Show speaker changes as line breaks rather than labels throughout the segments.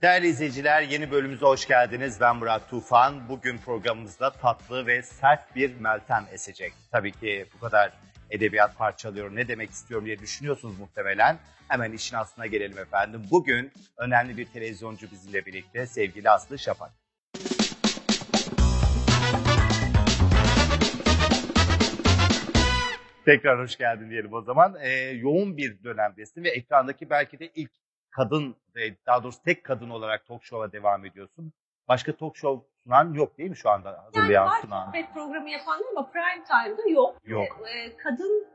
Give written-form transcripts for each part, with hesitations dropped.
Değerli izleyiciler, yeni bölümümüze hoş geldiniz. Ben Murat Tufan. Bugün programımızda tatlı ve sert bir Meltem esecek. Tabii ki bu kadar edebiyat parçalıyorum, ne demek istiyorum diye düşünüyorsunuz muhtemelen. Hemen işin aslına gelelim efendim. Bugün önemli bir televizyoncu bizimle birlikte, sevgili Aslı Şafak. Tekrar hoş geldin diyelim o zaman. Yoğun bir dönemdesin ve ekrandaki belki de ilk kadın, daha doğrusu tek kadın olarak talk show'a devam ediyorsun. Başka talk show sunan yok değil mi şu anda hazırlayan,
yani
sunan?
Yani var programı yapanlar ama prime time'da yok. Kadın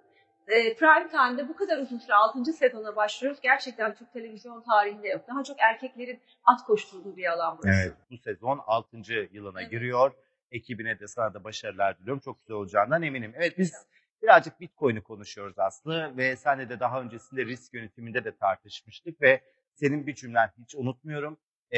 prime time'da bu kadar uzun süre 6. sezona başlıyoruz. Gerçekten Türk televizyon tarihinde yok. Daha çok erkeklerin at koşturduğu bir alan burası.
Evet, bu sezon 6. yılına giriyor. Ekibine de sana da başarılar diliyorum. Çok güzel olacağından eminim. Evet, biz birazcık Bitcoin'i konuşuyoruz aslında ve seninle de daha öncesinde risk yönetiminde de tartışmıştık ve senin bir cümlen hiç unutmuyorum.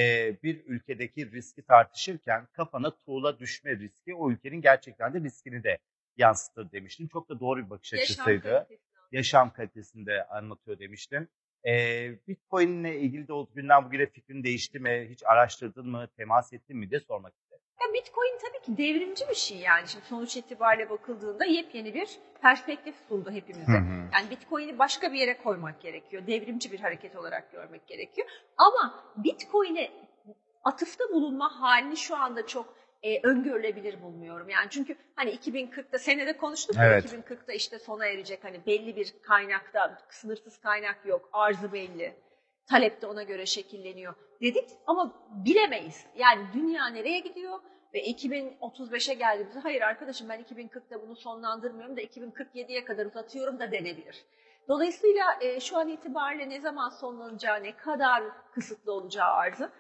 Bir ülkedeki riski tartışırken kafana tuğla düşme riski o ülkenin gerçekten de riskini de yansıtır demiştin. Çok da doğru bir bakış açısıydı. Yaşam kalitesini de anlatıyor demiştin. Bitcoin'le ilgili de günden bugüne fikrin değişti mi? Hiç araştırdın mı? Temas ettin mi de sormak istedim.
Ya Bitcoin tabii ki devrimci bir şey yani. Şimdi sonuç itibariyle bakıldığında yepyeni bir perspektif sundu hepimize. Yani Bitcoin'i başka bir yere koymak gerekiyor. Devrimci bir hareket olarak görmek gerekiyor. Ama Bitcoin'e atıfta bulunma halini şu anda çok öngörülebilir bulmuyorum. Yani çünkü hani 2040'ta senede konuştuk ya, evet. 2040'ta işte sona erecek, hani belli bir kaynakta sınırsız kaynak yok, arzı belli. Talep de ona göre şekilleniyor dedik ama bilemeyiz. Yani dünya nereye gidiyor ve 2035'e geldiğimizde hayır arkadaşım ben 2040'da bunu sonlandırmıyorum da 2047'ye kadar uzatıyorum da denebilir. Dolayısıyla şu an itibariyle ne zaman sonlanacağı, ne kadar kısıtlı olacağı arzı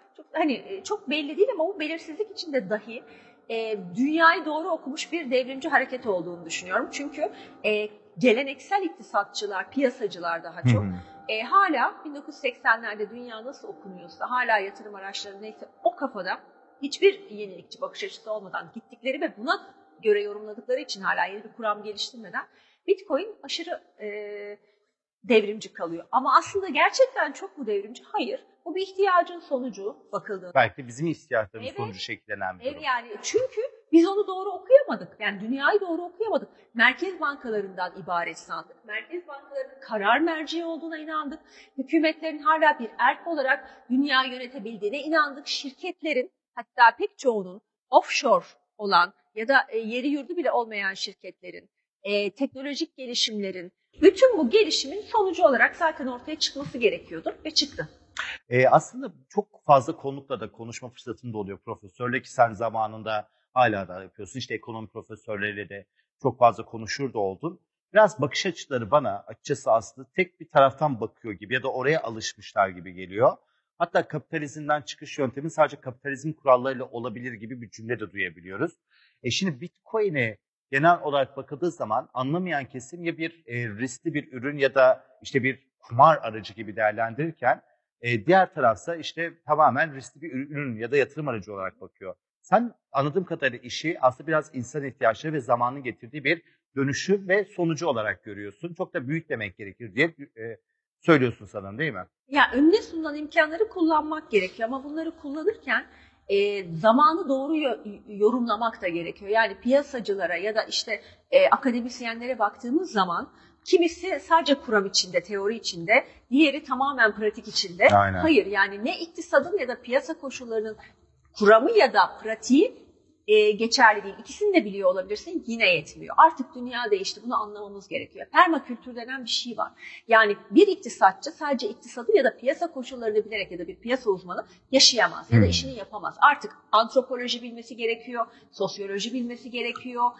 çok belli değil ama bu belirsizlik içinde dahi dünyayı doğru okumuş bir devrimci hareket olduğunu düşünüyorum. Çünkü geleneksel iktisatçılar, piyasacılar daha çok hala 1980'lerde dünya nasıl okunuyorsa, hala yatırım araçları neyse o kafada hiçbir yenilikçi bakış açısı olmadan gittikleri ve buna göre yorumladıkları için hala yeni bir kuram geliştirmeden Bitcoin aşırı devrimci kalıyor. Ama aslında gerçekten çok mu devrimci? Hayır. Bu bir ihtiyacın sonucu bakıldığında.
Belki bizim ihtiyaçlarımız sonucu şekillenen bir durum.
Yani çünkü biz onu doğru okuyamadık. Yani dünyayı doğru okuyamadık. Merkez bankalarından ibaret sandık. Merkez bankalarının karar merci olduğuna inandık. Hükümetlerin hala bir erk olarak dünyayı yönetebildiğine inandık. Şirketlerin, hatta pek çoğunun offshore olan ya da yeri yurdu bile olmayan şirketlerin, teknolojik gelişimlerin, bütün bu gelişimin sonucu olarak zaten ortaya çıkması gerekiyordu ve çıktı.
Aslında çok fazla konukla da konuşma fırsatın da oluyor profesörle, ki sen zamanında hala da yapıyorsun. İşte ekonomi profesörleriyle de çok fazla konuşur da oldun. Biraz bakış açıları bana açıkçası aslında tek bir taraftan bakıyor gibi ya da oraya alışmışlar gibi geliyor. Hatta kapitalizmden çıkış yöntemi sadece kapitalizm kurallarıyla olabilir gibi bir cümle de duyabiliyoruz. Şimdi Bitcoin'e genel olarak bakıldığı zaman anlamayan kesim ya bir riskli bir ürün ya da işte bir kumar aracı gibi değerlendirirken diğer tarafsa işte tamamen riskli bir ürün ya da yatırım aracı olarak bakıyor. Sen anladığım kadarıyla işi aslında biraz insan ihtiyaçları ve zamanın getirdiği bir dönüşü ve sonucu olarak görüyorsun. Çok da büyütmemek gerekir diye söylüyorsun sanırım, değil mi?
Ya önüne sunulan imkanları kullanmak gerekiyor ama bunları kullanırken zamanı doğru yorumlamak da gerekiyor. Yani piyasacılara ya da işte akademisyenlere baktığımız zaman kimisi sadece kuram içinde, teori içinde, diğeri tamamen pratik içinde.
Aynen.
Hayır, yani ne iktisadın ya da piyasa koşullarının kuramı ya da pratiği geçerli değil. İkisini de biliyor olabilirsin, yine yetmiyor. Artık dünya değişti, bunu anlamamız gerekiyor. Permakültür denen bir şey var. Yani bir iktisatçı sadece iktisadı ya da piyasa koşullarını bilerek ya da bir piyasa uzmanı yaşayamaz ya da işini yapamaz. Artık antropoloji bilmesi gerekiyor, sosyoloji bilmesi gerekiyor,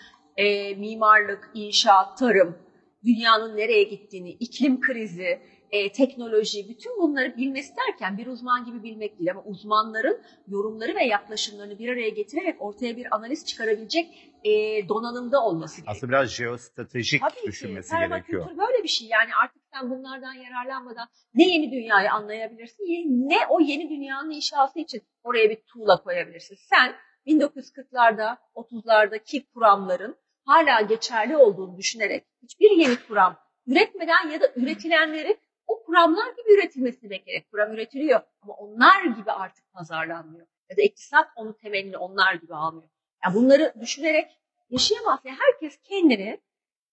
mimarlık, inşaat, tarım, dünyanın nereye gittiğini, iklim krizi, teknoloji, bütün bunları bilmesi derken bir uzman gibi bilmek değil ama uzmanların yorumları ve yaklaşımlarını bir araya getirerek ortaya bir analiz çıkarabilecek donanımda olması gerekiyor.
Aslında biraz jeostratejik düşünmesi gerekiyor.
Permakültür böyle bir şey. Yani artık sen bunlardan yararlanmadan ne yeni dünyayı anlayabilirsin ne o yeni dünyanın inşası için oraya bir tuğla koyabilirsin. Sen 1940'larda, 30'lardaki kuramların hala geçerli olduğunu düşünerek hiçbir yeni kuram üretmeden ya da üretilenleri o kuramlar gibi üretilmesi beklenir. Kuram üretiliyor ama onlar gibi artık pazarlanmıyor. Ya da iktisat onun temelini onlar gibi almıyor. Yani bunları düşünerek yaşayamaz. Yani herkes kendini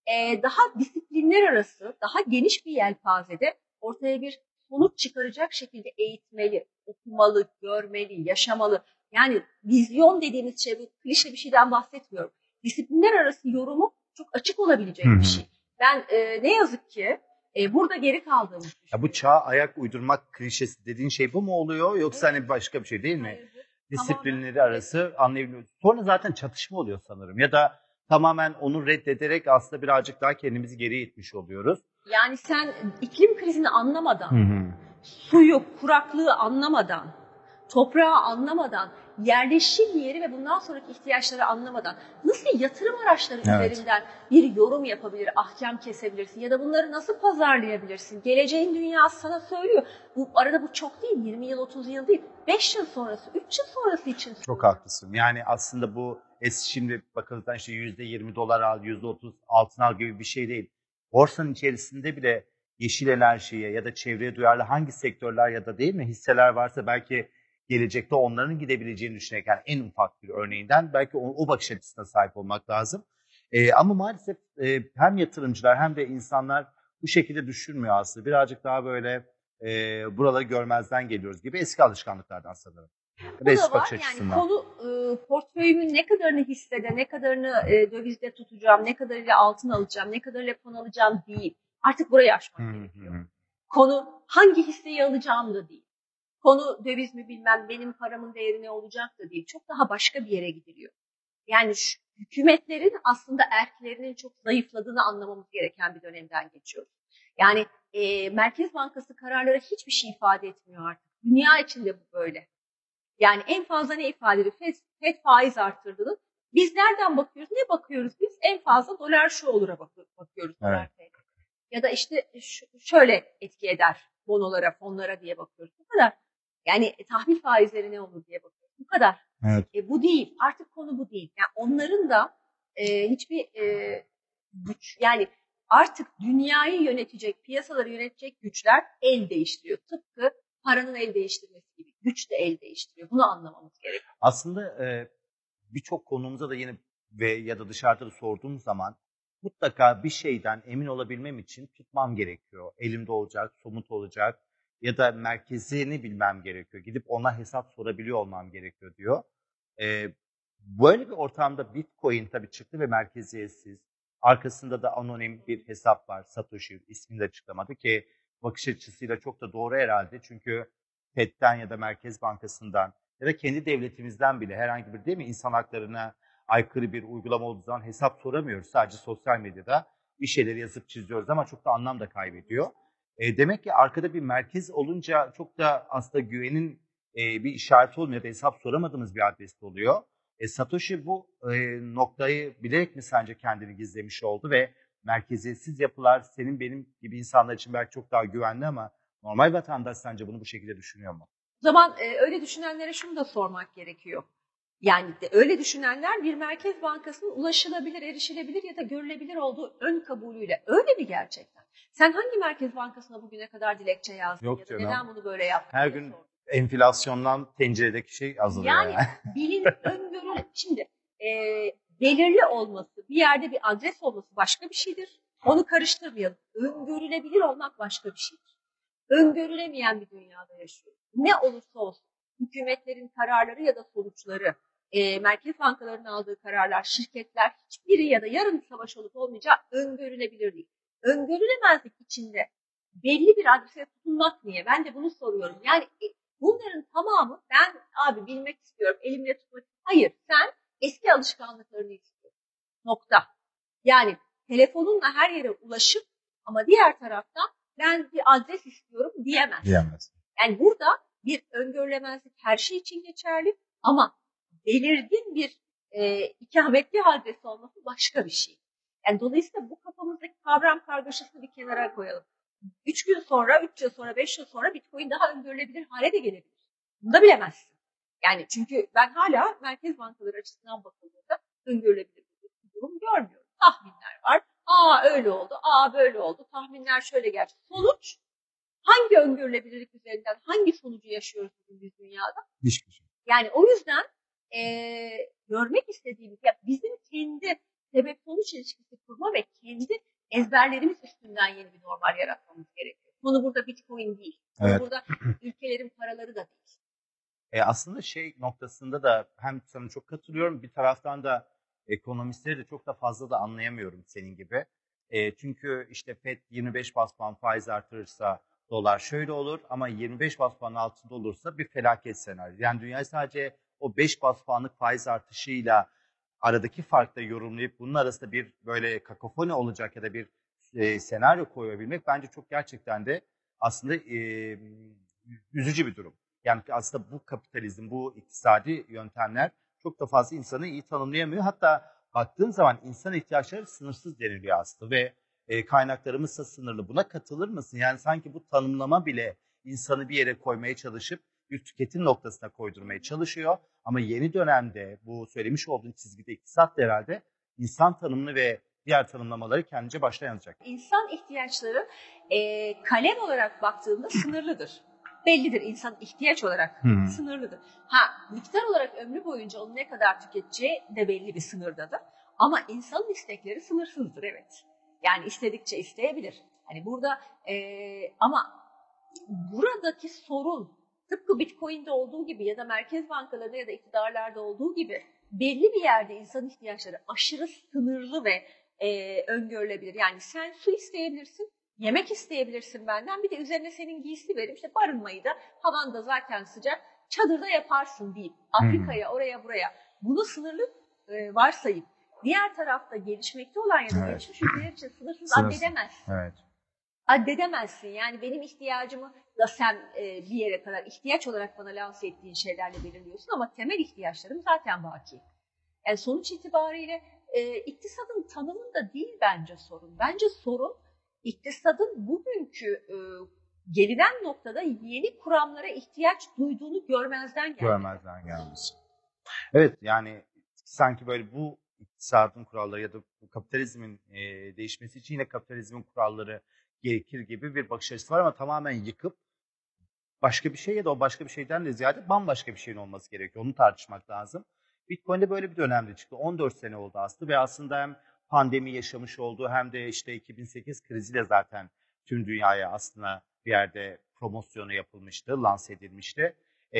daha disiplinler arası, daha geniş bir yelpazede ortaya bir sonuç çıkaracak şekilde eğitmeli, okumalı, görmeli, yaşamalı. Yani vizyon dediğimiz şey, bu klişe bir şeyden bahsetmiyorum. Disiplinler arası yorumu çok açık olabilecek bir şey. Ben ne yazık ki burada geri kaldığımız düşünüyorum.
Ya bu çağa ayak uydurmak klişesi dediğin şey bu mu oluyor yoksa hani başka bir şey değil mi?
Hayır,
Disiplinleri
tamamen.
arası anlayabiliyoruz. Sonra zaten çatışma oluyor sanırım ya da tamamen onu reddederek aslında birazcık daha kendimizi geriye itmiş oluyoruz.
Yani sen iklim krizini anlamadan, suyu, kuraklığı anlamadan, toprağı anlamadan, yerleşim yeri ve bundan sonraki ihtiyaçları anlamadan nasıl yatırım araçları üzerinden bir yorum yapabilir, ahkam kesebilirsin ya da bunları nasıl pazarlayabilirsin? Geleceğin dünyası sana söylüyor. Bu arada bu çok değil, 20 yıl, 30 yıl değil. 5 yıl sonrası, 3 yıl sonrası için söylüyor.
Çok haklısın. Yani aslında bu şimdi bakıldığında işte %20 dolar al, %30 altın al gibi bir şey değil. Borsanın içerisinde bile yeşil enerjiye ya da çevreye duyarlı hangi sektörler ya da değil mi hisseler varsa belki gelecekte onların gidebileceğini düşünerek yani en ufak bir örneğinden belki o bakış açısına sahip olmak lazım. Ama maalesef hem yatırımcılar hem de insanlar bu şekilde düşünmüyor aslında. Birazcık daha böyle buraları görmezden geliyoruz gibi eski alışkanlıklardan sanırım.
Bu da var. Yani konu portföyümün ne kadarını hissede, ne kadarını dövizde tutacağım, ne kadarıyla altın alacağım, ne kadarıyla fon alacağım değil. Artık burayı aşmak gerekiyor. Konu hangi hisseyi alacağım da değil. Konu döviz mi bilmem, benim paramın değeri ne olacak da değil. Çok daha başka bir yere gidiliyor. Yani hükümetlerin aslında erklerinin çok zayıfladığını anlamamız gereken bir dönemden geçiyoruz. Yani Merkez Bankası kararları hiçbir şey ifade etmiyor artık. Dünya içinde bu böyle. Yani en fazla ne ifade ediyor? FED faiz arttırdığını. Biz nereden bakıyoruz? Ne bakıyoruz biz? En fazla dolar şu olur'a bakıyoruz.
Evet.
Ya da işte şöyle etki eder bonolara, fonlara diye bakıyoruz. Bu kadar. Yani tahvil faizleri ne olur diye bakıyoruz. Bu kadar.
Evet.
Bu değil. Artık konu bu değil. Yani onların da hiçbir güç, yani artık dünyayı yönetecek, piyasaları yönetecek güçler el değiştiriyor. Tıpkı paranın el değiştirmesi gibi. Güç de el değiştiriyor. Bunu anlamamız gerekiyor.
Aslında birçok konumuza da yine ve ya da dışarıda da sorduğum zaman mutlaka bir şeyden emin olabilmem için tutmam gerekiyor. Elimde olacak, somut olacak ya da merkezini bilmem gerekiyor. Gidip ona hesap sorabiliyor olmam gerekiyor diyor. Böyle bir ortamda Bitcoin tabii çıktı ve merkeziyetsiz. Arkasında da anonim bir hesap var. Satoshi ismini de açıklamadı ki bakış açısıyla çok da doğru herhalde. Çünkü FED'den ya da Merkez Bankası'ndan ya da kendi devletimizden bile herhangi bir değil mi insan haklarına aykırı bir uygulama olduğu zaman hesap soramıyoruz. Sadece sosyal medyada bir şeyleri yazıp çiziyoruz ama çok da anlam da kaybediyor. Demek ki arkada bir merkez olunca çok da aslında güvenin bir işareti olmuyor da hesap soramadığımız bir adreste oluyor. Satoshi bu noktayı bilerek mi sence kendini gizlemiş oldu ve merkeziyetsiz yapılar senin benim gibi insanlar için belki çok daha güvenli ama normal vatandaş sence bunu bu şekilde düşünüyor mu?
O zaman öyle düşünenlere şunu da sormak gerekiyor. Yani öyle düşünenler bir merkez bankasının ulaşılabilir, erişilebilir ya da görülebilir olduğu ön kabulüyle. Öyle mi gerçekten? Sen hangi merkez bankasına bugüne kadar dilekçe yazdın?
Yok
ya da
canım.
neden bunu böyle yaptın?
Her gün enflasyondan tenceredeki şey azalıyor
yani. Öngörülü. Şimdi belirli olması, bir yerde bir adres olması başka bir şeydir. Onu karıştırmayalım. Öngörülebilir olmak başka bir şeydir. Öngörülemeyen bir dünyada yaşıyoruz. Ne olursa olsun hükümetlerin kararları ya da sonuçları, merkez bankalarının aldığı kararlar, şirketler hiçbiri ya da yarın savaş olup olmayacağı öngörülebilir değil. Öngörülemezlik içinde belli bir adrese tutunmak niye? Ben de bunu soruyorum. Yani bunların tamamı ben abi bilmek istiyorum, elimle tutmak istiyorum. Hayır, sen eski alışkanlıklarını istiyorsun. Nokta. Yani telefonunla her yere ulaşıp ama diğer taraftan ben bir adres istiyorum diyemez. Yani burada bir öngörülemezlik her şey için geçerli ama belirgin bir ikametli adresi olması başka bir şey. Yani dolayısıyla bu kafamızdaki kavram kargaşasını bir kenara koyalım. 3 gün sonra, 3 yıl sonra, 5 yıl sonra Bitcoin daha öngörülebilir hale de gelebilir. Bunu da bilemezsin. Yani çünkü ben hala merkez bankaları açısından bakıldığında öngörülebilir bir durum görmüyorum. Tahminler var. Öyle oldu, böyle oldu. Tahminler şöyle gerçek. Sonuç Hangi öngörülebilirlik üzerinden hangi sonucu yaşıyoruz bugün biz dünyada?
Hiçbir şey.
Yani o yüzden görmek istediğimiz, ya bizim kendi sebep sonuç ilişkisi kurma ve kendi ezberlerimiz üstünden yeni bir normal yaratmamız gerekiyor. Konu burada Bitcoin değil. Konu
Evet.
burada ülkelerin paraları da değil.
Aslında şey noktasında da hem sana çok katılıyorum, bir taraftan da ekonomistleri de çok da fazla da anlayamıyorum senin gibi. Çünkü işte FED 25 bas puan faiz artırırsa dolar şöyle olur ama 25 bas puan altında olursa bir felaket senaryo. Yani dünya sadece o 5 bas puanlık faiz artışıyla aradaki farkla yorumlayıp bunun arasında bir böyle kakofoni olacak ya da bir senaryo koyabilmek bence çok gerçekten de aslında üzücü bir durum. Yani aslında bu kapitalizm, bu iktisadi yöntemler çok da fazla insanı iyi tanımlayamıyor. Hatta baktığın zaman insan ihtiyaçları sınırsız deniliyor aslında ve kaynaklarımız da sınırlı. Buna katılır mısın? Yani sanki bu tanımlama bile insanı bir yere koymaya çalışıp bir tüketim noktasına koydurmaya çalışıyor. Ama yeni dönemde bu söylemiş olduğun çizgide iktisat da herhalde insan tanımını ve diğer tanımlamaları kendince baştan yazacak.
İnsan ihtiyaçları kalem olarak baktığında sınırlıdır. Bellidir, insan ihtiyaç olarak sınırlıdır. Miktar olarak ömrü boyunca onu ne kadar tüketeceği de belli bir sınırdadır. Ama insanın istekleri sınırsızdır, evet. Yani istedikçe isteyebilir. Hani burada ama buradaki sorun tıpkı Bitcoin'de olduğu gibi ya da merkez bankalarında ya da iktidarlarda olduğu gibi belli bir yerde insan ihtiyaçları aşırı sınırlı ve öngörülebilir. Yani sen su isteyebilirsin, yemek isteyebilirsin benden, bir de üzerine senin giysi verip işte barınmayı da havan da zaten sıcak çadırda yaparsın deyip Afrika'ya oraya buraya bunu sınırlı varsayıp diğer tarafta gelişmekte olan ya da gelişmiş ülkeler için sınırsız addedemezsin.
Evet.
Addedemezsin. Yani benim ihtiyacımı da sen bir yere kadar ihtiyaç olarak bana lanse ettiğin şeylerle belirliyorsun ama temel ihtiyaçlarım zaten baki. Yani sonuç itibariyle iktisadın tanımında değil bence sorun. Bence sorun iktisadın bugünkü gelinen noktada yeni kuramlara ihtiyaç duyduğunu görmezden
gelmesi. Evet, yani sanki böyle bu iktisadın kuralları ya da bu kapitalizmin değişmesi için yine kapitalizmin kuralları gerekir gibi bir bakış açısı var ama tamamen yıkıp başka bir şey ya da o başka bir şeyden de ziyade bambaşka bir şeyin olması gerekiyor. Onu tartışmak lazım. Bitcoin'de böyle bir dönemde çıktı. 14 sene oldu aslında ve aslında hem pandemi yaşamış olduğu hem de işte 2008 kriziyle zaten tüm dünyaya aslında bir yerde promosyonu yapılmıştı, lanse edilmişti.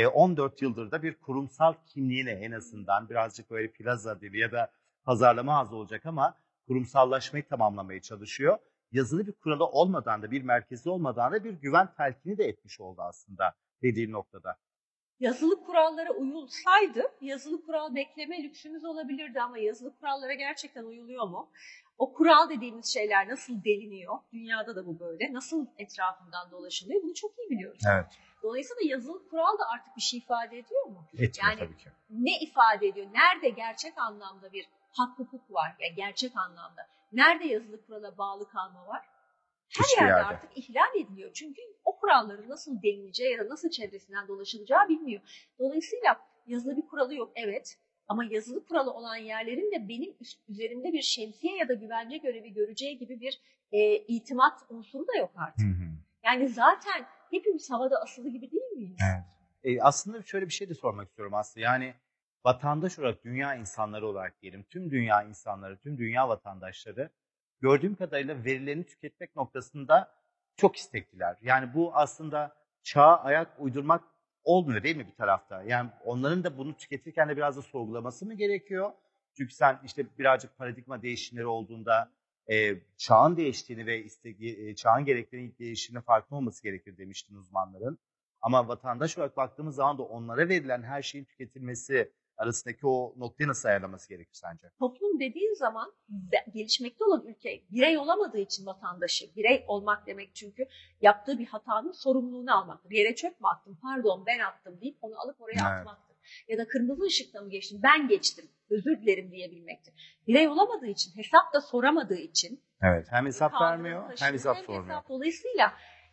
14 yıldır da bir kurumsal kimliğine en azından birazcık böyle plaza dili ya da pazarlama az olacak ama kurumsallaşmayı tamamlamaya çalışıyor. Yazılı bir kuralı olmadan da bir merkezi olmadan da bir güven telkini de etmiş oldu aslında dediğim noktada.
Yazılı kurallara uyulsaydı yazılı kural bekleme lüksümüz olabilirdi ama yazılı kurallara gerçekten uyuluyor mu? O kural dediğimiz şeyler nasıl deliniyor? Dünyada da bu böyle. Nasıl etrafından dolaşılıyor? Bunu çok iyi biliyoruz.
Evet.
Dolayısıyla yazılı kural da artık bir şey ifade ediyor mu?
Etmiyor tabii ki.
Ne ifade ediyor? Nerede gerçek anlamda bir hak hukuk var? Yani gerçek anlamda. Nerede yazılı kurala bağlı kalma var? Her yerde artık ihlal ediliyor. Çünkü o kuralların nasıl delineceği ya da nasıl çevresinden dolaşılacağı bilmiyor. Dolayısıyla yazılı bir kuralı yok, evet. Ama yazılı kuralı olan yerlerin de benim üzerimde bir şemsiye ya da güvence görevi göreceği gibi bir itimat unsuru da yok artık. Yani zaten hepimiz havada asılı gibi değil miyiz?
Evet. Aslında şöyle bir şey de sormak istiyorum aslında. Yani vatandaş olarak, dünya insanları olarak diyelim, tüm dünya insanları, tüm dünya vatandaşları gördüğüm kadarıyla verilerini tüketmek noktasında çok istekliler. Yani bu aslında çağa ayak uydurmak olmuyor değil mi bir tarafta? Yani onların da bunu tüketirken de biraz da sorgulaması mı gerekiyor? Çünkü sen işte birazcık paradigma değişimleri olduğunda çağın değiştiğini ve çağın gereklerinin değiştiğini farkında olması gerekir demiştin uzmanların. Ama vatandaş olarak baktığımız zaman da onlara verilen her şeyin tüketilmesi arasındaki o noktayı nasıl ayarlaması gerekir sence?
Toplum dediğin zaman gelişmekte olan ülke birey olamadığı için vatandaşı, birey olmak demek çünkü yaptığı bir hatanın sorumluluğunu almaktır. Yere çöp mü attım, pardon ben attım deyip onu alıp oraya atmaktır. Ya da kırmızı ışıkta mı geçtim, ben geçtim, özür dilerim diyebilmektir. Birey olamadığı için, hesap da soramadığı için.
Evet, hem hesap vermiyor hem hesap sormuyor.
Dolayısıyla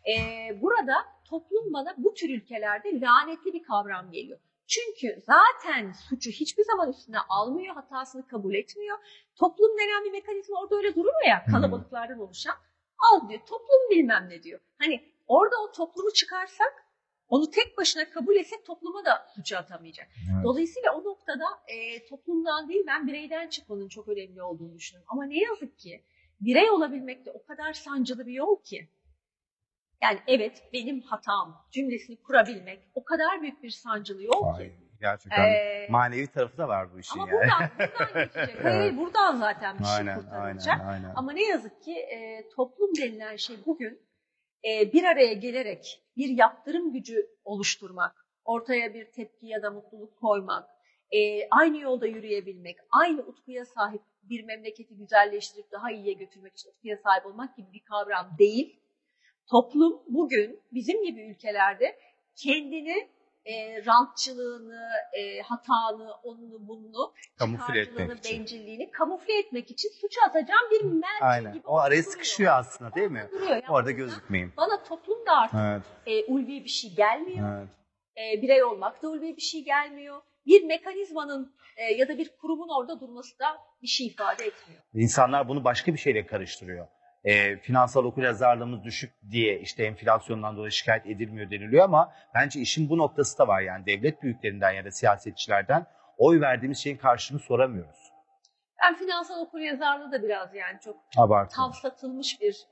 burada toplum bana bu tür ülkelerde lanetli bir kavram geliyor. Çünkü zaten suçu hiçbir zaman üstüne almıyor, hatasını kabul etmiyor. Toplum denen bir mekanizma orada öyle durur ya, kalabalıklardan oluşan. Al diyor, toplum bilmem ne diyor. Hani Orada o toplumu çıkarsak, onu tek başına kabul etsek topluma da suçu atamayacak.
Evet.
Dolayısıyla o noktada toplumdan değil, ben bireyden çıkmanın çok önemli olduğunu düşünüyorum. Ama ne yazık ki birey olabilmek de o kadar sancılı bir yol ki. Yani evet, benim hatam cümlesini kurabilmek o kadar büyük bir sancılı yol ki.
Gerçekten manevi tarafı da var bu işin
ama
yani.
buradan geçecek. Hayır, buradan zaten bir şey kurtarılacak.
Aynen.
Ama ne yazık ki toplum denilen şey bugün bir araya gelerek bir yaptırım gücü oluşturmak, ortaya bir tepki ya da mutluluk koymak, aynı yolda yürüyebilmek, aynı utkuya sahip bir memleketi güzelleştirip daha iyiye götürmek için utkuya sahip olmak gibi bir kavram değil. Toplum bugün bizim gibi ülkelerde kendini rantçılığını, hatanı, onunu, bununu, çıkarcılığını, bencilliğini kamufle etmek için suç atacağım bir merci gibi.
O araya sıkışıyor aslında, değil mi?
Yani
orada gözükmeyeyim.
Bana toplum da artık ulvi bir şey gelmiyor. Birey olmak da ulvi bir şey gelmiyor. Bir mekanizmanın ya da bir kurumun orada durması da bir şey ifade etmiyor.
İnsanlar bunu başka bir şeyle karıştırıyor. Finansal okuryazarlığımız düşük diye işte enflasyondan dolayı şikayet edilmiyor deniliyor ama bence işin bu noktası da var. Yani devlet büyüklerinden ya da siyasetçilerden oy verdiğimiz şeyin karşılığını soramıyoruz.
Ben finansal okuryazarlığı da biraz yani çok tavsatılmış bir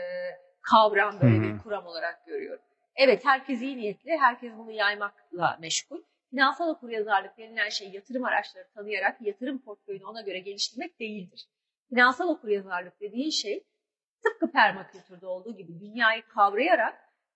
kavram, böyle bir kuram olarak görüyorum. Evet, herkes iyi niyetli, herkes bunu yaymakla meşgul. Finansal okuryazarlık denilen şey yatırım araçları tanıyarak yatırım portföyünü ona göre geliştirmek değildir. Finansal okuryazarlık dediğin şey tıpkı permakültürde olduğu gibi dünyayı kavrayarak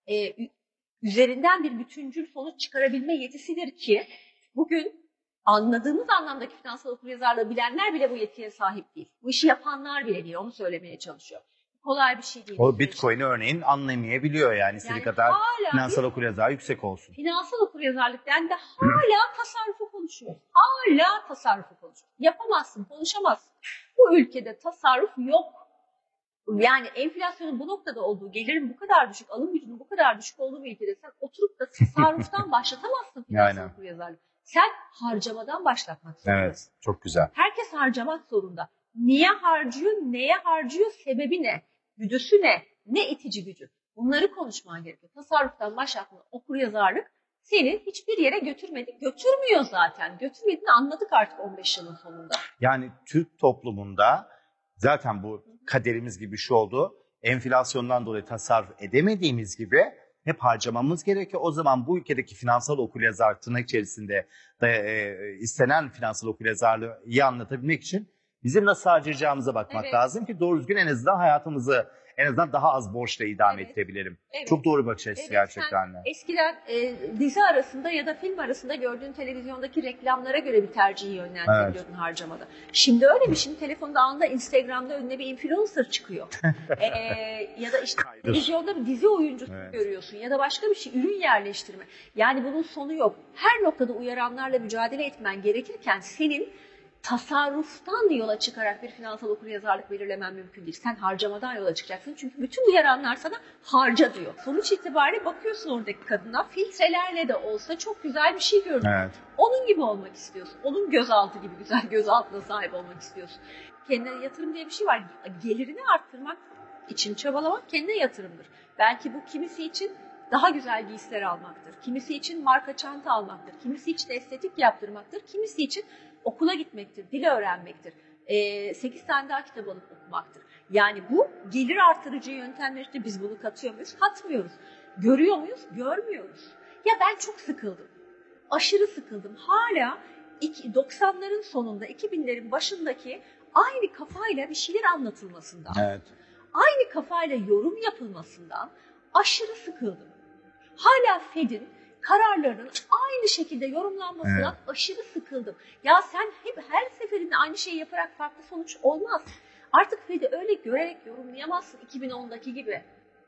üzerinden bir bütüncül sonuç çıkarabilme yetisidir ki bugün anladığımız anlamdaki finansal okuryazarlığı bilenler bile bu yetiye sahip değil. Bu işi yapanlar bile değil, onu söylemeye çalışıyor. Kolay bir şey değil.
O Bitcoin'i örneğin anlamayabiliyor yani istediği kadar finansal okuryazarlığı yüksek olsun.
Finansal okuryazarlık dendi hala tasarrufu konuşuyor. Hala tasarrufu konuşuyor. Yapamazsın, konuşamazsın. Bu ülkede tasarruf yok. Yani enflasyonun bu noktada olduğu, gelirin bu kadar düşük, alım gücünün bu kadar düşük olduğu bir ülkede sen oturup da tasarruftan başlatamazsın finansal okuryazarlık. Sen harcamadan başlatmak zorundasın.
Evet, çok güzel.
Herkes harcamak zorunda. Niye harcıyor, neye harcıyor, sebebi ne, güdüsü ne, ne itici gücü? Bunları konuşman gerekiyor. Tasarruftan başlatma okuryazarlık seni hiçbir yere götürmedi. Götürmüyor zaten. Götürmediğini anladık artık 15 yılın sonunda.
Yani Türk toplumunda zaten bu kaderimiz gibi bir şey oldu. Enflasyondan dolayı tasarruf edemediğimiz gibi hep harcamamız gerekiyor. O zaman bu ülkedeki finansal okuryazarlık tırnak içerisinde istenen finansal okuryazarlığı iyi anlatabilmek için bizim nasıl harcayacağımıza bakmak lazım ki doğru düzgün en azından hayatımızı en azından daha az borçla idame ettirebilelim. Çok doğru bakış açısı gerçekten.
Eskiden dizi arasında ya da film arasında gördüğün televizyondaki reklamlara göre bir tercihi yönlendirebiliyordun harcamada. Şimdi öyle bir şey. Telefonda anında Instagram'da önüne bir influencer çıkıyor. Ya da işte televizyonda bir dizi oyuncusu görüyorsun ya da başka bir şey, ürün yerleştirme. Yani bunun sonu yok. Her noktada uyaranlarla mücadele etmen gerekirken senin tasarruftan yola çıkarak bir finansal okuryazarlık belirlemen mümkün değil. Sen harcamadan yola çıkacaksın. Çünkü bütün uyaranlar sana harca diyor. Sonuç itibariyle bakıyorsun oradaki kadına, filtrelerle de olsa çok güzel bir şey görünüyor. Onun gibi olmak istiyorsun. Onun gözaltı gibi güzel gözaltına sahip olmak istiyorsun. Kendine yatırım diye bir şey var. Gelirini arttırmak için çabalamak kendine yatırımdır. Belki bu kimisi için daha güzel giysiler almaktır. Kimisi için marka çanta almaktır. Kimisi için estetik yaptırmaktır. Kimisi için okula gitmektir, dil öğrenmektir. 8 tane daha kitap alıp okumaktır. Yani bu gelir artırıcı yöntemlerinde biz bunu katıyor muyuz? Katmıyoruz. Görüyor muyuz? Görmüyoruz. Ya ben çok sıkıldım. Aşırı sıkıldım. Hala 90'ların sonunda, 2000'lerin başındaki aynı kafayla bir şeyler anlatılmasından, aynı kafayla yorum yapılmasından aşırı sıkıldım. Hala Fed'in kararlarının aynı şekilde yorumlanmasından aşırı sıkıldım. Ya sen hep her seferinde aynı şeyi yaparak farklı sonuç olmaz. Artık Fed'i öyle görerek yorumlayamazsın 2010'daki gibi.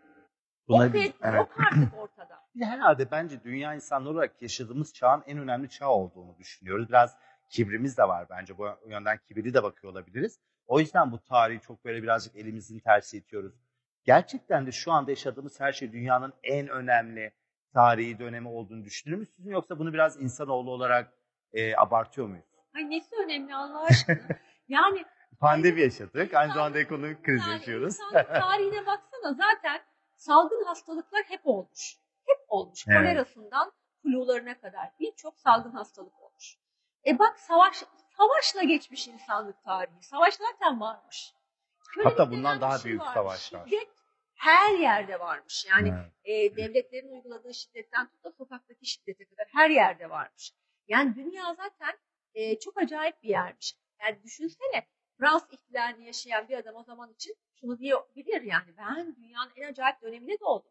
O Fed yok artık ortada.
Herhalde bence dünya insanları olarak yaşadığımız çağın en önemli çağ olduğunu düşünüyoruz. Biraz kibrimiz de var bence. Bu yönden kibirli de bakıyor olabiliriz. O yüzden bu tarihi çok böyle birazcık elimizin tersi itiyoruz. Gerçekten de şu anda yaşadığımız her şey dünyanın en önemli tarihi dönemi olduğunu düşünür müsünüz? Yoksa bunu biraz insanoğlu olarak abartıyor muyuz?
Ay nesi önemli Allah aşkına? Yani
pandemi yaşadık. Aynı zamanda ekonomik kriz yaşıyoruz.
İnsanlık tarihine baksana zaten salgın hastalıklar hep olmuş. Hep olmuş.
Evet.
Kolerasından flularına kadar birçok salgın hastalık olmuş. Bak savaşla geçmiş insanlık tarihi. Savaş zaten varmış.
Hatta bundan daha büyük savaşlar.
Şiddet her yerde varmış. Yani
Evet.
devletlerin uyguladığı şiddetten tut da sokaktaki şiddete kadar her yerde varmış. Yani dünya zaten çok acayip bir yermiş. Yani düşünsene Fransız ihtilalini yaşayan bir adam o zaman için şunu diyebilir yani ben dünyanın en acayip dönemine doğdum.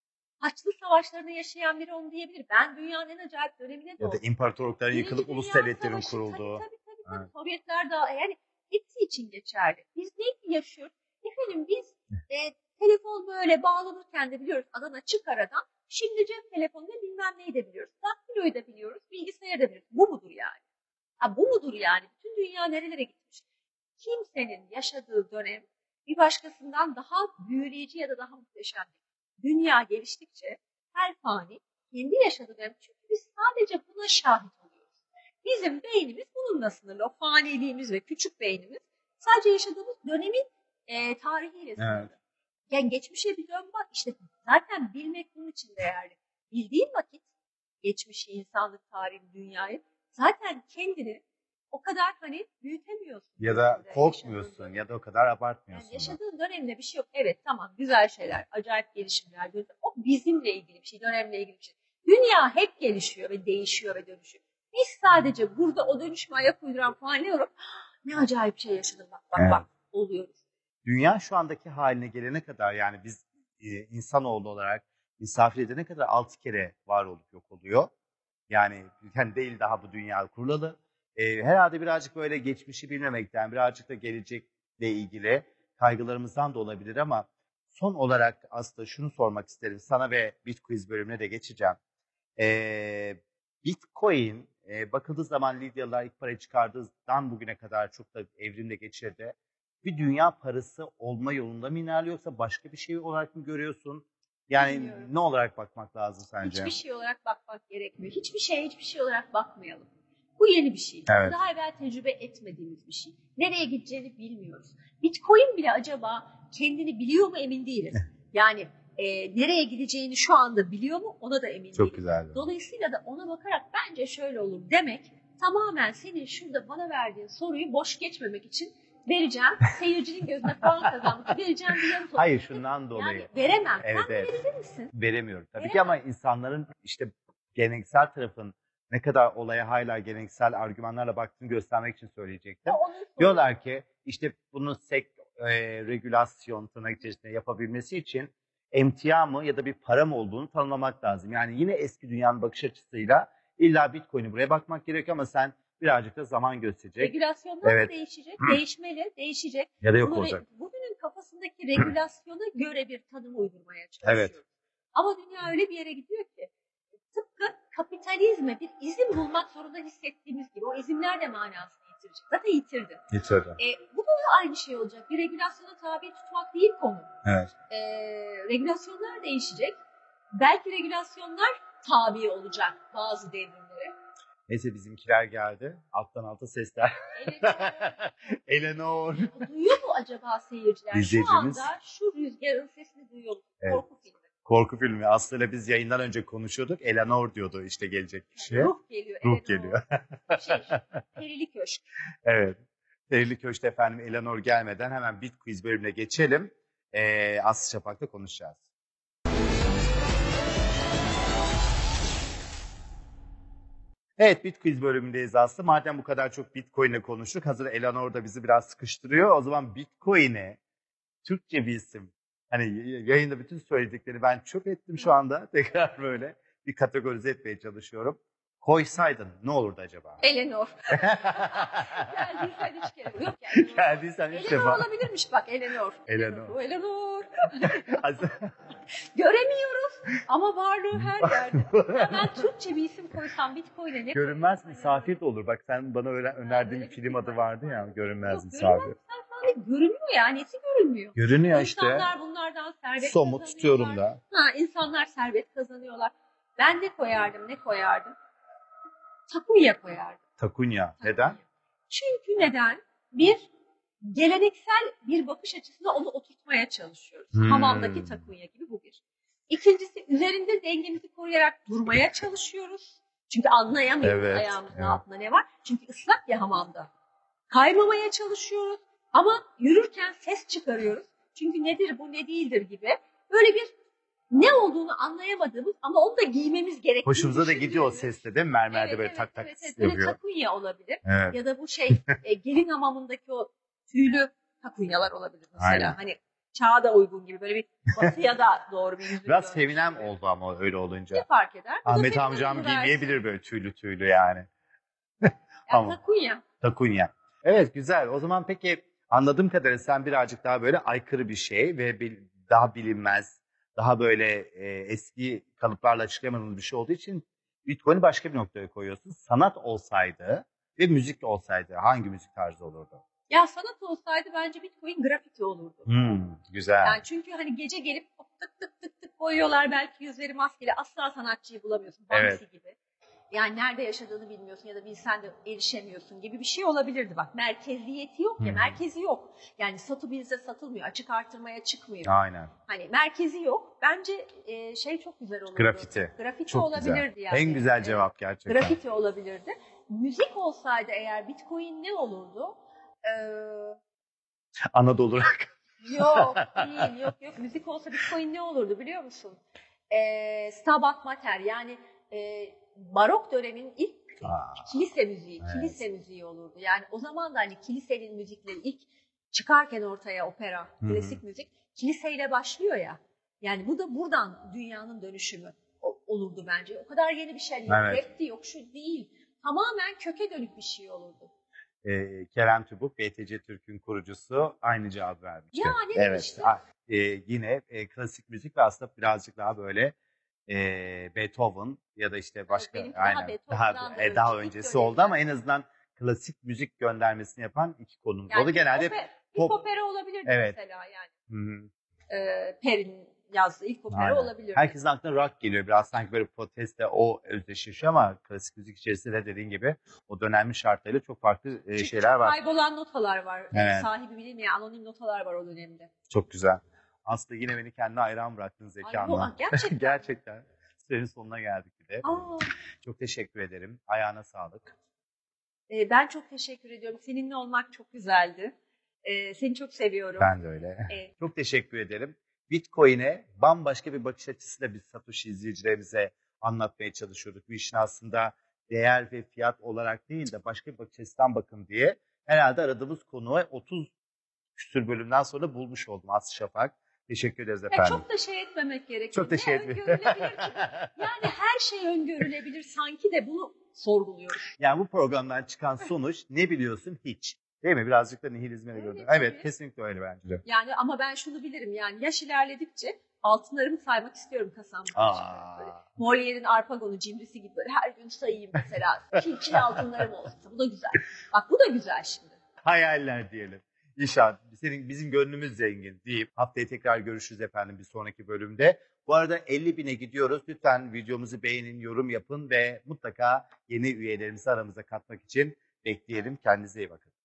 Haçlı savaşlarını yaşayan biri onu diyebilir. Ben dünyanın en acayip dönemine doğdum.
Ya da imparatorlukların yıkılıp ulus devletlerin kurulduğu.
Tabii. Evet. Sovyetler daha yani hepsi için geçerli. Biz ne yaşıyoruz? Efendim biz telefon böyle bağlanırken de biliyoruz Adana çık aradan. Şimdi cep telefonuyla bilmem neyi de biliyoruz. Daktiloyu da biliyoruz, bilgisayarı da biliyoruz. Bu mudur yani? Bu mudur yani? Bütün dünya nerelere gitmiş? Kimsenin yaşadığı dönem bir başkasından daha büyüleyici ya da daha muhteşem değil. Dünya geliştikçe her fani kendi yaşadığı dönem. Çünkü biz sadece buna şahit oluyoruz. Bizim beynimiz bununla sınırlı. O faniliğimiz ve küçük beynimiz sadece yaşadığımız dönemin tarihiyle sınırlı. Evet. Yani geçmişe bir dön bak. İşte zaten bilmek bunun için değerli. Bildiğin vakit geçmişi, insanlık tarihini, dünyayı zaten kendini o kadar büyütemiyorsun.
Ya da korkmuyorsun ya da o kadar abartmıyorsun.
Yani yaşadığın dönemde bir şey yok. Evet tamam güzel şeyler, acayip gelişimler. O bizimle ilgili bir şey, dönemle ilgili bir şey. Dünya hep gelişiyor ve değişiyor ve dönüşüyor. Biz sadece burada o dönüşme ayak uyduran fanlıyorum. Ne acayip şey yaşadım bak oluyoruz.
Dünya şu andaki haline gelene kadar yani biz insanoğlu olarak misafir edene kadar 6 kere var olup yok oluyor. Yani değil daha bu dünya kurulalı. Herhalde birazcık böyle geçmişi bilmemekten, birazcık da gelecekle ilgili kaygılarımızdan da olabilir ama son olarak aslında şunu sormak isterim sana ve Bitquiz bölümüne de geçeceğim. Bitcoin bakıldığı zaman Lidyalılar ilk parayı çıkardığından bugüne kadar çok da evrimle geçirdi. Bir dünya parası olma yolunda mı ilerliyor yoksa başka bir şey olarak mı görüyorsun? Yani bilmiyorum. Ne olarak bakmak lazım sence?
Hiçbir şey olarak bakmak gerekmiyor. Hiçbir şey olarak bakmayalım. Bu yeni bir şey.
Evet.
Daha evvel tecrübe etmediğimiz bir şey. Nereye gideceğini bilmiyoruz. Bitcoin bile acaba kendini biliyor mu emin değiliz. Yani nereye gideceğini şu anda biliyor mu ona da emin değiliz.
Çok güzel.
Dolayısıyla da ona bakarak bence şöyle olur demek tamamen senin şurada bana verdiğin soruyu boş geçmemek için vereceğim. Seyircinin gözüne puan kazanmak vereceğim bir yanıt olur.
Hayır şundan dolayı.
Yani veremem.
Evet,
sen verebilir misin?
Veremiyorum. Tabii ki ama insanların işte geleneksel tarafın ne kadar olaya hala geleneksel argümanlarla baktığını göstermek için söyleyecektim. Diyorlar ki işte bunu regülasyon tırnak içerisinde yapabilmesi için emtia mı ya da bir para mı olduğunu tanımlamak lazım. Yani yine eski dünyanın bakış açısıyla illa Bitcoin'i buraya bakmak gerekiyor ama sen birazcık da zaman gösterecek.
Regülasyonlar da değişecek, değişmeli, değişecek.
Ya da yok olacak.
Bugünün kafasındaki regülasyona göre bir tanım uydurmaya çalışıyoruz. Evet. Ama dünya öyle bir yere gidiyor ki tıpkı kapitalizme bir izin bulmak zorunda hissettiğimiz gibi o izinler de manasını yitirecek. Zaten yitirdi. Bu da aynı şey olacak. Bir regülasyona tabi tutmak değil konu.
Evet.
Regülasyonlar değişecek. Belki regülasyonlar tabi olacak bazı devrimlere.
Neyse bizimkiler geldi. Alttan alta sesler. Eleanor.
Duyuyor mu acaba seyirciler?
İzleyicimiz.
Şu anda şu rüzgarın sesini duyuyor mu?
Evet.
Korku filmi.
Korku filmi. Aslı'yla biz yayından önce konuşuyorduk. Eleanor diyordu işte gelecek kişi.
Ruh geliyor.
Ruh geliyor.
Perili Köşk.
Evet. Perili Köşk'te efendim Eleanor gelmeden hemen Bitquiz bölümüne geçelim. Aslı Şafak'ta konuşacağız. Evet Bitquiz bölümündeyiz Aslı. Madem bu kadar çok Bitcoin'le konuştuk. Hazır Eleanor da bizi biraz sıkıştırıyor. O zaman Bitcoin'e Türkçe bir isim. Hani yayında bütün söyledikleri ben çöp ettim şu anda. Tekrar böyle bir kategorize etmeye çalışıyorum. Koysaydın ne olurdu acaba?
Eleanor. Geldiysen 3 kere. Yok yani.
Geldiysen 3 defa.
Eleanor olabilirmiş bak Eleanor.
Eleanor.
Eleanor. Göremiyoruz ama varlığı her yerde. Ya ben Türkçe bir isim koysam Bitcoin'e ne
Görünmez misafir de olur. Bak sen bana önerdiğin bir film adı vardı ya. Görünmez misafir.
Görünüyor ya. Nesi görünmüyor?
Görünüyor işte.
İnsanlar bunlardan servet
somut tutuyorum da.
İnsanlar servet kazanıyorlar. Ben ne koyardım? Takunya koyardım.
Takunya. Neden?
Çünkü neden? Bir, geleneksel bir bakış açısına onu oturtmaya çalışıyoruz.
Hmm.
Hamamdaki takunya gibi bu bir. İkincisi, üzerinde dengemizi koruyarak durmaya çalışıyoruz. Çünkü anlayamıyoruz
Evet,
ayağımızın
evet.
altında ne var. Çünkü ıslak ya hamamda. Kaymamaya çalışıyoruz ama yürürken ses çıkarıyoruz. Çünkü nedir bu ne değildir gibi. Böyle bir ne olduğunu anlayamadığımız ama onu da giymemiz gerektiğini
Hoşumuza da gidiyor o
düşündüğümüz.
sesle değil mi? Mermerde
Evet,
böyle
evet,
tak tak
evet, evet. Böyle
yapıyor.
takunya olabilir.
Evet.
Ya da bu gelin hamamındaki o tüylü takunyalar olabilir mesela.
Aynen.
Hani çağa da uygun gibi böyle bir batıya da doğru bir yüzük.
Biraz feminem oldu ama öyle olunca.
Ne fark eder? Bu da
Ahmet
feminen
amcam
oluversin.
giymeyebilir böyle tüylü tüylü yani.
Yani
Ama
takunya.
takunya. Evet, güzel. O zaman peki anladığım kadarıyla sen birazcık daha böyle aykırı bir şey ve daha bilinmez, daha böyle eski kalıplarla açıklayamadığımız bir şey olduğu için Bitcoin'i başka bir noktaya koyuyorsun. Sanat olsaydı ve müzik olsaydı hangi müzik tarzı olurdu?
Ya sanat olsaydı bence Bitcoin grafiti olurdu.
Güzel.
Yani çünkü hani gece gelip tık tık tık tık boyuyorlar, belki yüzleri maskeli, asla sanatçıyı bulamıyorsun. Banksy
Evet.
gibi. Yani nerede yaşadığını bilmiyorsun ya da bilsen de erişemiyorsun gibi bir şey olabilirdi bak. Merkeziyeti yok ya, merkezi yok. Yani satabilse satılmıyor, açık artırmaya çıkmıyor.
Aynen.
Hani merkezi yok. Bence çok güzel olurdu.
Grafiti.
Grafiti
Çok
olabilirdi
güzel.
yani.
En güzel cevap gerçekten.
Grafiti olabilirdi. Müzik olsaydı eğer Bitcoin ne olurdu?
Anadolu rock.
Yok değil, yok. Müzik olsa Bitcoin ne olurdu biliyor musun? Stabat Mater, yani barok dönemin ilk kilise müziği,
Evet.
kilise müziği olurdu. Yani o zaman da hani kilisenin müzikleri ilk çıkarken ortaya opera, klasik müzik kiliseyle başlıyor ya. Yani bu da buradan dünyanın dönüşümü olurdu bence. O kadar yeni bir şey yok,
Evet.
rap yok, şu değil. Tamamen köke dönük bir şey olurdu.
Kerem Tübük, BTC Türk'ün kurucusu aynı cevap vermişti.
Ya ne demişti?
Yine klasik müzik ve aslında birazcık daha böyle Beethoven ya da işte başka
benimki daha Beethoven'dan da
daha
önce, ilk
öncesi oldu
dönemler.
ama en azından klasik müzik göndermesini yapan iki konumuz
Yani
oldu. Genelde
ilk opera olabilirdi
Evet.
mesela yani.
Hı-hı.
Per'in yazdığı ilk opera
Aynen.
olabilirdi.
Herkesin aklına rock geliyor. Biraz sanki böyle proteste o özdeşleşiyor ama klasik müzik içerisinde de dediğin gibi o dönemin şartlarıyla çok farklı
Çünkü
şeyler var.
kaybolan notalar var.
Evet.
Sahibi bilinmeyen anonim notalar var o dönemde.
Çok güzel. Aslında yine beni kendine hayran bıraktın zekanla.
Gerçekten.
Gerçekten. Sürenin sonuna geldik bir de.
Aa,
Çok teşekkür ederim. Ayağına sağlık.
ben çok teşekkür ediyorum. Seninle olmak çok güzeldi. Seni çok seviyorum.
Ben de öyle. Çok teşekkür ederim. Bitcoin'e bambaşka bir bakış açısıyla biz Satoshi izleyicilerimize anlatmaya çalışıyorduk. Bu işin aslında değer ve fiyat olarak değil de başka bir bakış açısından bakın diye. Herhalde aradığımız konuyu 30 küsür bölümden sonra bulmuş oldum Aslı Şafak. Teşekkür ederiz efendim.
Çok da etmemek gerekiyor.
Çok da
öngörülebilir ki. Yani her şey öngörülebilir. Sanki de bunu sorguluyoruz.
Yani bu programdan çıkan sonuç ne biliyorsun hiç. Değil mi? Birazcık da nihilizme gördüm. Evet, kesinlikle öyle bence de.
Yani ama ben şunu bilirim, yani yaş ilerledikçe altınlarımı saymak istiyorum kasamda. Molière'in Arpagon'u cimrisi gibi böyle her gün sayayım mesela. Çil altınlarım olsun. Bu da güzel. Bak bu da güzel şimdi.
Hayaller diyelim. İnşallah bizim gönlümüz zengin deyip haftaya tekrar görüşürüz efendim bir sonraki bölümde. Bu arada 50.000'e gidiyoruz. Lütfen videomuzu beğenin, yorum yapın ve mutlaka yeni üyelerimizi aramıza katmak için bekleyelim. Kendinize iyi bakın.